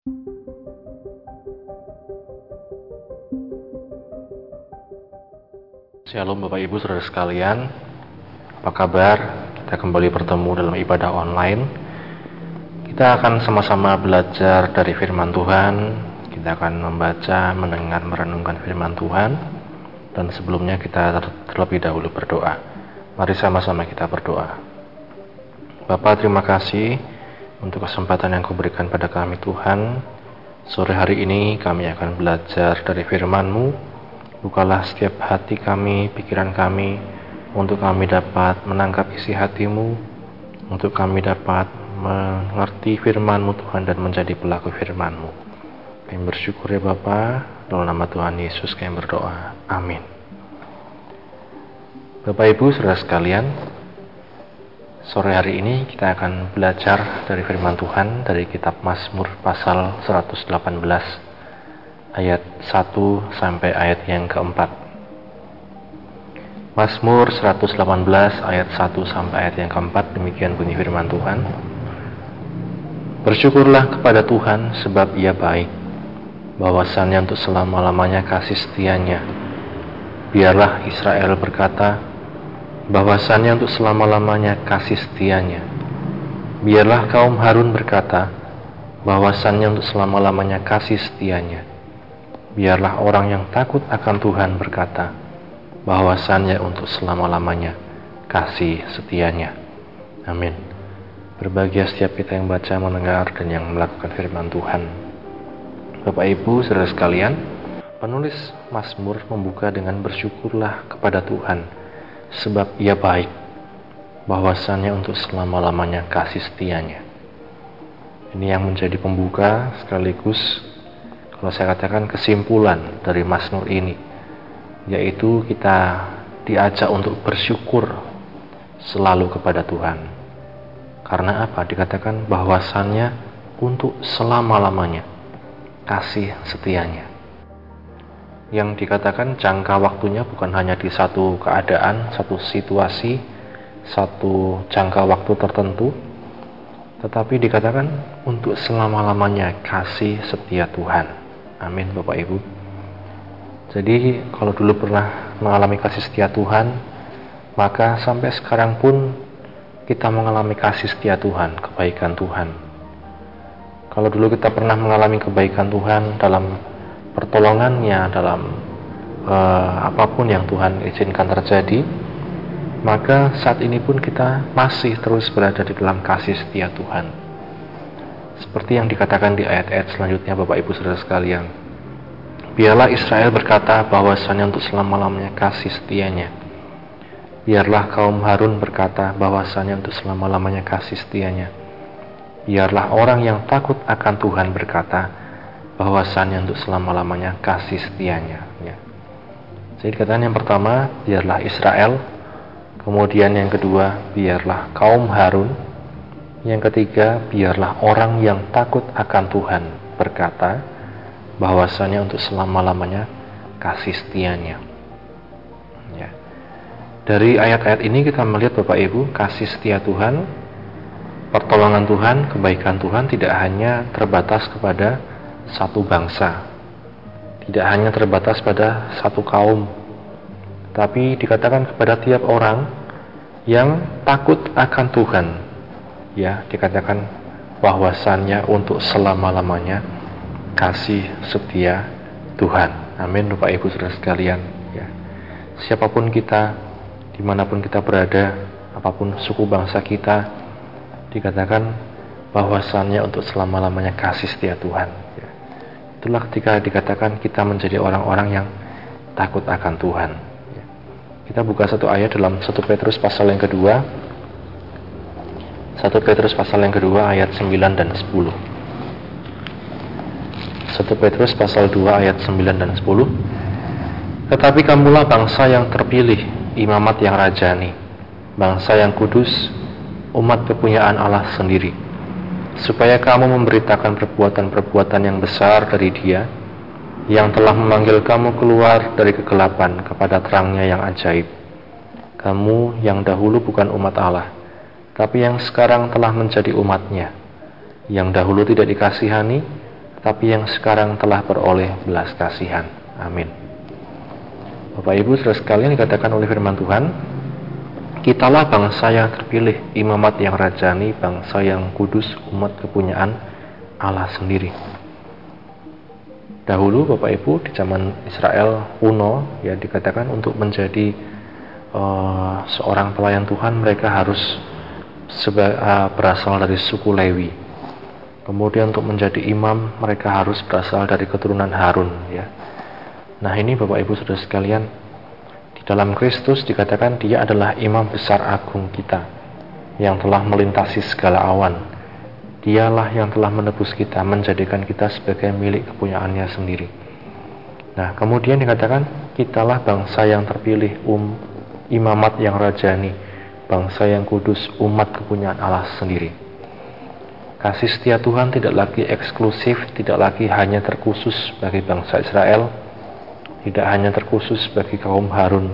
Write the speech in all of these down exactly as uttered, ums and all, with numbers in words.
Shalom Bapak Ibu Saudara sekalian, apa kabar? Kita kembali bertemu dalam ibadah online. Kita akan sama-sama belajar dari firman Tuhan. Kita akan membaca, mendengar, merenungkan firman Tuhan. Dan sebelumnya kita terlebih dahulu berdoa. Mari sama-sama kita berdoa. Bapa, terima kasih untuk kesempatan yang Kau berikan pada kami Tuhan. Sore hari ini kami akan belajar dari firman-Mu. Bukalah setiap hati kami, pikiran kami, untuk kami dapat menangkap isi hati-Mu, untuk kami dapat mengerti firman-Mu Tuhan dan menjadi pelaku firman-Mu. Kami bersyukur ya Bapa, dalam nama Tuhan Yesus kami berdoa. Amin. Bapak Ibu Saudara sekalian, sore hari ini kita akan belajar dari firman Tuhan dari kitab Mazmur pasal seratus delapan belas. Ayat satu sampai ayat yang keempat. Mazmur seratus delapan belas ayat satu sampai ayat yang keempat, demikian bunyi firman Tuhan. Bersyukurlah kepada Tuhan sebab Ia baik, bahwasannya untuk selama-lamanya kasih setianya. Biarlah Israel berkata, bahwasannya untuk selama-lamanya kasih setianya. Biarlah kaum Harun berkata, bahwasannya untuk selama-lamanya kasih setianya. Biarlah orang yang takut akan Tuhan berkata, bahwasannya untuk selama-lamanya kasih setianya. Amin. Berbahagia setiap kita yang baca, mendengar, dan yang melakukan firman Tuhan. Bapak Ibu Saudara sekalian, penulis Mazmur membuka dengan bersyukurlah kepada Tuhan, sebab Ia baik, bahwasannya untuk selama-lamanya kasih setianya. Ini yang menjadi pembuka sekaligus, kalau saya katakan, kesimpulan dari Mazmur ini, yaitu kita diajak untuk bersyukur selalu kepada Tuhan. Karena apa? Dikatakan bahwasannya untuk selama-lamanya kasih setianya. Yang dikatakan jangka waktunya bukan hanya di satu keadaan, satu situasi, satu jangka waktu tertentu, tetapi dikatakan untuk selama-lamanya kasih setia Tuhan. Amin Bapak Ibu. Jadi kalau dulu pernah mengalami kasih setia Tuhan, maka sampai sekarang pun kita mengalami kasih setia Tuhan, kebaikan Tuhan. Kalau dulu kita pernah mengalami kebaikan Tuhan dalam pertolongannya, dalam uh, apapun yang Tuhan izinkan terjadi, maka saat ini pun kita masih terus berada di dalam kasih setia Tuhan. Seperti yang dikatakan di ayat-ayat selanjutnya Bapak Ibu Saudara sekalian. Biarlah Israel berkata bahwasannya untuk selama-lamanya kasih setianya. Biarlah kaum Harun berkata bahwasannya untuk selama-lamanya kasih setianya. Biarlah orang yang takut akan Tuhan berkata bahwasannya untuk selama-lamanya kasih setianya. Ya. Jadi dikatakan yang pertama, biarlah Israel. Kemudian yang kedua, biarlah kaum Harun. Yang ketiga, biarlah orang yang takut akan Tuhan berkata bahwasannya untuk selama-lamanya kasih setianya. Ya. Dari ayat-ayat ini kita melihat Bapak Ibu, kasih setia Tuhan, pertolongan Tuhan, kebaikan Tuhan tidak hanya terbatas kepada satu bangsa, tidak hanya terbatas pada satu kaum, tapi dikatakan kepada tiap orang yang takut akan Tuhan. Ya, dikatakan bahwasannya untuk selama-lamanya kasih setia Tuhan. Amin Bapak Ibu Saudara sekalian. Ya. Siapapun kita, dimanapun kita berada, apapun suku bangsa kita, dikatakan bahwasannya untuk selama-lamanya kasih setia Tuhan. Ya. Itulah ketika dikatakan kita menjadi orang-orang yang takut akan Tuhan. Ya. Kita buka satu ayat dalam satu Petrus pasal yang kedua. satu Petrus pasal yang kedua ayat sembilan dan sepuluh. satu Petrus pasal dua ayat sembilan dan sepuluh. Tetapi kamulah bangsa yang terpilih, imamat yang rajani, bangsa yang kudus, umat kepunyaan Allah sendiri, supaya kamu memberitakan perbuatan-perbuatan yang besar dari Dia, yang telah memanggil kamu keluar dari kegelapan kepada terangnya yang ajaib. Kamu yang dahulu bukan umat Allah, tapi yang sekarang telah menjadi umat-Nya, yang dahulu tidak dikasihani, tetapi yang sekarang telah beroleh belas kasihan. Amin. Bapak Ibu saudara sekalian, dikatakan oleh firman Tuhan, kitalah bangsa yang terpilih, imamat yang rajani, bangsa yang kudus, umat kepunyaan Allah sendiri. Dahulu Bapak Ibu di zaman Israel kuno, ya, dikatakan untuk menjadi uh, seorang pelayan Tuhan mereka harus seba, uh, berasal dari suku Lewi. Kemudian untuk menjadi imam mereka harus berasal dari keturunan Harun, ya. Nah, ini Bapak Ibu saudara sekalian, di dalam Kristus dikatakan dia adalah imam besar agung kita yang telah melintasi segala awan. Dialah yang telah menebus kita, menjadikan kita sebagai milik kepunyaannya sendiri. Nah, kemudian dikatakan kitalah bangsa yang terpilih, um, imamat yang rajani, bangsa yang kudus, umat kepunyaan Allah sendiri. Kasih setia Tuhan tidak lagi eksklusif, tidak lagi hanya terkhusus bagi bangsa Israel, tidak hanya terkhusus bagi kaum Harun,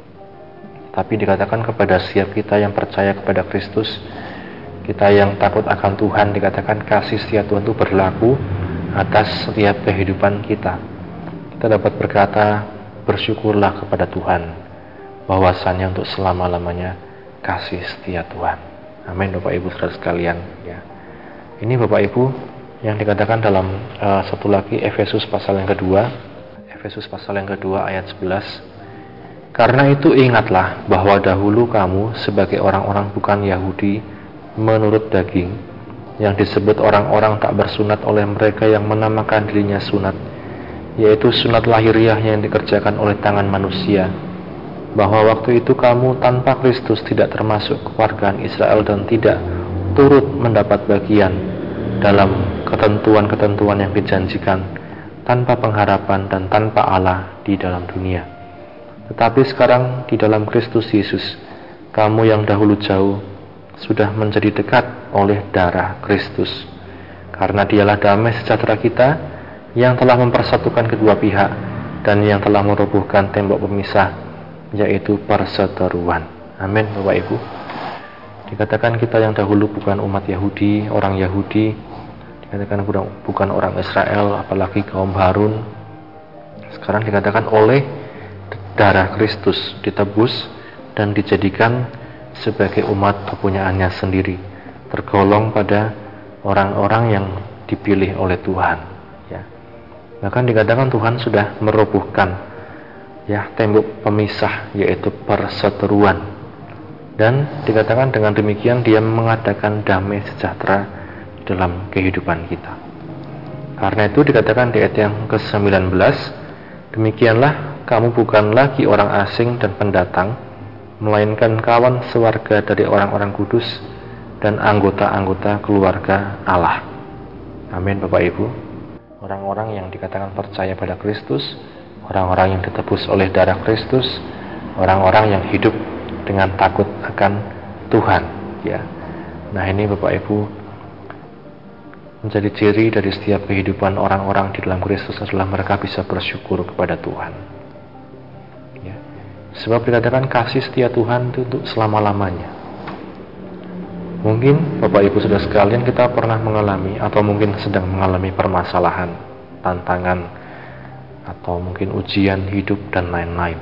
tapi dikatakan kepada setiap kita yang percaya kepada Kristus, kita yang takut akan Tuhan, dikatakan kasih setia Tuhan itu berlaku atas setiap kehidupan kita. Kita dapat berkata, bersyukurlah kepada Tuhan, bahwasannya untuk selama-lamanya kasih setia Tuhan. Amin Bapak Ibu saudara sekalian, ya. Ini Bapak Ibu yang dikatakan dalam uh, satu lagi Efesus pasal yang kedua, Efesus pasal yang kedua ayat sebelas. Karena itu ingatlah bahwa dahulu kamu sebagai orang-orang bukan Yahudi menurut daging, yang disebut orang-orang tak bersunat oleh mereka yang menamakan dirinya sunat, yaitu sunat lahiriah yang dikerjakan oleh tangan manusia, bahwa waktu itu kamu tanpa Kristus tidak termasuk keluargaan Israel dan tidak turut mendapat bagian dalam ketentuan-ketentuan yang dijanjikan, tanpa pengharapan dan tanpa Allah di dalam dunia. Tetapi sekarang di dalam Kristus Yesus, kamu yang dahulu jauh sudah menjadi dekat oleh darah Kristus, karena dialah damai sejahtera kita yang telah mempersatukan kedua pihak dan yang telah merobohkan tembok pemisah, yaitu perseteruan. Amin Bapak Ibu. Dikatakan kita yang dahulu bukan umat Yahudi, orang Yahudi, dikatakan bukan orang Israel, apalagi kaum Harun. Sekarang dikatakan oleh darah Kristus ditebus dan dijadikan sebagai umat kepunyaannya sendiri, tergolong pada orang-orang yang dipilih oleh Tuhan, ya. Bahkan dikatakan Tuhan sudah merobohkan, ya, tembok pemisah, yaitu perseteruan. Dan dikatakan dengan demikian dia mengadakan damai sejahtera dalam kehidupan kita. Karena itu dikatakan di ayat yang ke sembilan belas, demikianlah kamu bukan lagi orang asing dan pendatang, melainkan kawan sewarga dari orang-orang kudus dan anggota-anggota keluarga Allah. Amin Bapak Ibu. Orang-orang yang dikatakan percaya pada Kristus, orang-orang yang ditebus oleh darah Kristus, orang-orang yang hidup dengan takut akan Tuhan, ya. Nah, ini Bapak Ibu menjadi ciri dari setiap kehidupan orang-orang di dalam Kristus adalah mereka bisa bersyukur kepada Tuhan, ya. Sebab dikatakan kasih setia Tuhan itu untuk selama-lamanya. Mungkin Bapak Ibu saudara sekalian kita pernah mengalami atau mungkin sedang mengalami permasalahan, tantangan, atau mungkin ujian hidup dan lain-lain.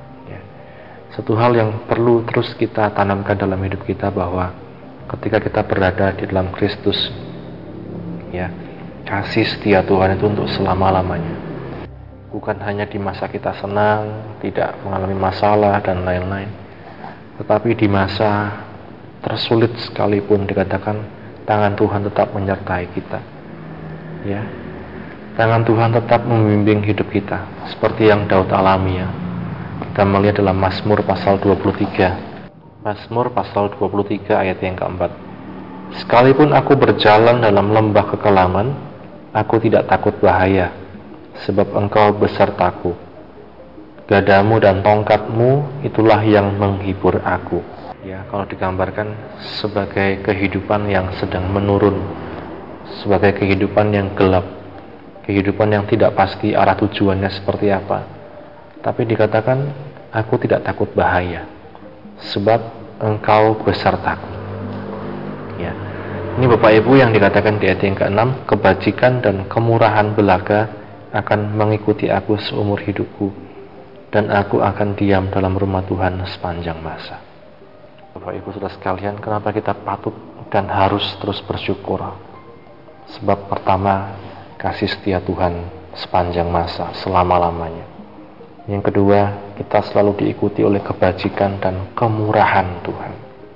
Satu hal yang perlu terus kita tanamkan dalam hidup kita bahwa ketika kita berada di dalam Kristus, ya, kasih setia Tuhan itu untuk selama-lamanya. Bukan hanya di masa kita senang, tidak mengalami masalah dan lain-lain, tetapi di masa tersulit sekalipun dikatakan tangan Tuhan tetap menyertai kita, ya. Tangan Tuhan tetap membimbing hidup kita, seperti yang Daud alami, ya. Kita melihat dalam Mazmur pasal dua puluh tiga. Mazmur pasal dua puluh tiga ayat yang keempat. Sekalipun aku berjalan dalam lembah kekelaman, aku tidak takut bahaya, sebab engkau besertaku. Gadamu dan tongkatmu itulah yang menghibur aku. Ya, kalau digambarkan sebagai kehidupan yang sedang menurun, sebagai kehidupan yang gelap, kehidupan yang tidak pasti arah tujuannya seperti apa. Tapi dikatakan, aku tidak takut bahaya, sebab engkau besertaku. Ya. Ini Bapak Ibu yang dikatakan di ayat yang keenam, kebajikan dan kemurahan belaga akan mengikuti aku seumur hidupku, dan aku akan diam dalam rumah Tuhan sepanjang masa. Bapak Ibu saudara sekalian, kenapa kita patut dan harus terus bersyukur? Sebab pertama, kasih setia Tuhan sepanjang masa, selama-lamanya. Yang kedua, kita selalu diikuti oleh kebajikan dan kemurahan Tuhan.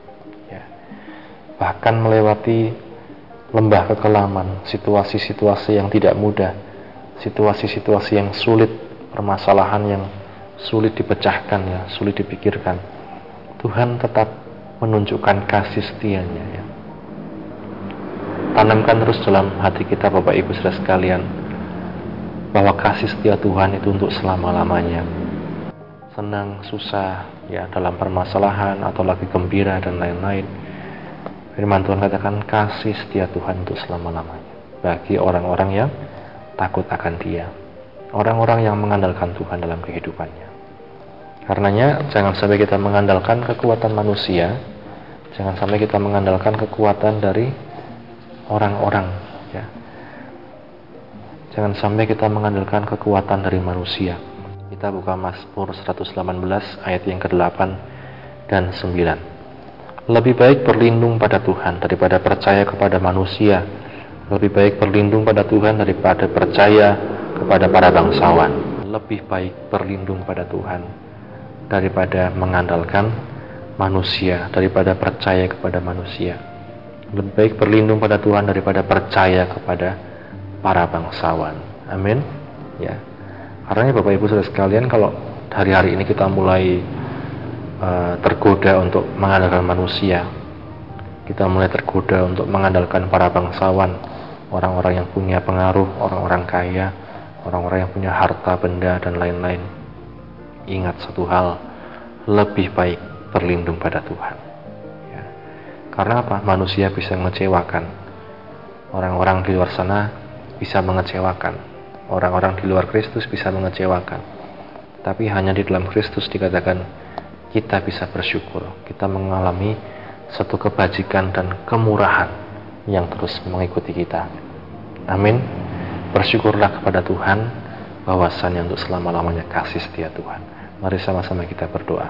Bahkan melewati lembah kekelaman, situasi-situasi yang tidak mudah, situasi-situasi yang sulit, permasalahan yang sulit dipecahkan, ya, sulit dipikirkan, Tuhan tetap menunjukkan kasih setianya. Ya. Tanamkan terus dalam hati kita Bapak Ibu saudara sekalian, bahwa kasih setia Tuhan itu untuk selama-lamanya. Senang, susah, ya, dalam permasalahan atau lagi gembira dan lain-lain, firman Tuhan katakan kasih setia Tuhan untuk selama-lamanya bagi orang-orang yang takut akan Dia, orang-orang yang mengandalkan Tuhan dalam kehidupannya. Karenanya jangan sampai kita mengandalkan kekuatan manusia, jangan sampai kita mengandalkan kekuatan dari orang-orang, ya. Jangan sampai kita mengandalkan kekuatan dari manusia. Kita buka Mazmur seratus delapan belas ayat yang kedelapan dan sembilan. Lebih baik berlindung pada Tuhan daripada percaya kepada manusia. Lebih baik berlindung pada Tuhan daripada percaya kepada para bangsawan. Lebih baik berlindung pada Tuhan daripada mengandalkan manusia, daripada percaya kepada manusia. Lebih baik berlindung pada Tuhan daripada percaya kepada para bangsawan. Amin. Ya. Karena Bapak Ibu saudara sekalian, kalau hari-hari ini kita mulai Uh, tergoda untuk mengandalkan manusia, kita mulai tergoda untuk mengandalkan para bangsawan, orang-orang yang punya pengaruh, orang-orang kaya, orang-orang yang punya harta benda dan lain-lain. Ingat satu hal, lebih baik berlindung pada Tuhan, ya. Karena apa? Manusia bisa mengecewakan, orang-orang di luar sana bisa mengecewakan, orang-orang di luar Kristus bisa mengecewakan, tapi hanya di dalam Kristus dikatakan kita bisa bersyukur, kita mengalami satu kebajikan dan kemurahan yang terus mengikuti kita. Amin. Bersyukurlah kepada Tuhan, bahwasannya untuk selama-lamanya kasih setia Tuhan. Mari sama-sama kita berdoa.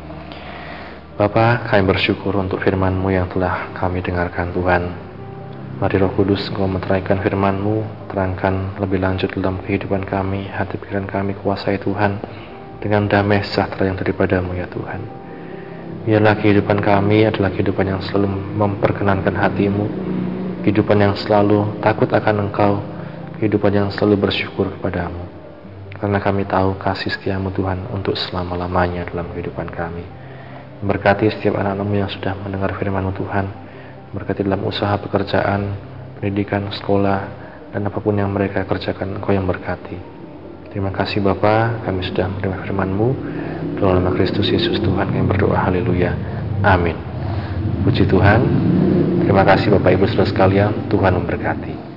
Bapa, kami bersyukur untuk firman-Mu yang telah kami dengarkan Tuhan. Mari Roh Kudus Engkau meteraikan firman-Mu, terangkan lebih lanjut dalam kehidupan kami, hati pikiran kami kuasai Tuhan, dengan damai sejahtera yang daripada-Mu ya Tuhan. Biarlah kehidupan kami adalah kehidupan yang selalu memperkenankan hati-Mu, kehidupan yang selalu takut akan Engkau, kehidupan yang selalu bersyukur kepada-Mu. Karena kami tahu kasih setia-Mu Tuhan untuk selama-lamanya dalam kehidupan kami. Berkati setiap anak-anak-Mu yang sudah mendengar firman-Mu Tuhan, berkati dalam usaha pekerjaan, pendidikan, sekolah, dan apapun yang mereka kerjakan, Engkau yang berkati. Terima kasih Bapa, kami sudah menerima firman-Mu. Dalam nama Kristus Yesus Tuhan kami berdoa, haleluya, amin. Puji Tuhan. Terima kasih Bapak Ibu saudara sekalian, Tuhan memberkati.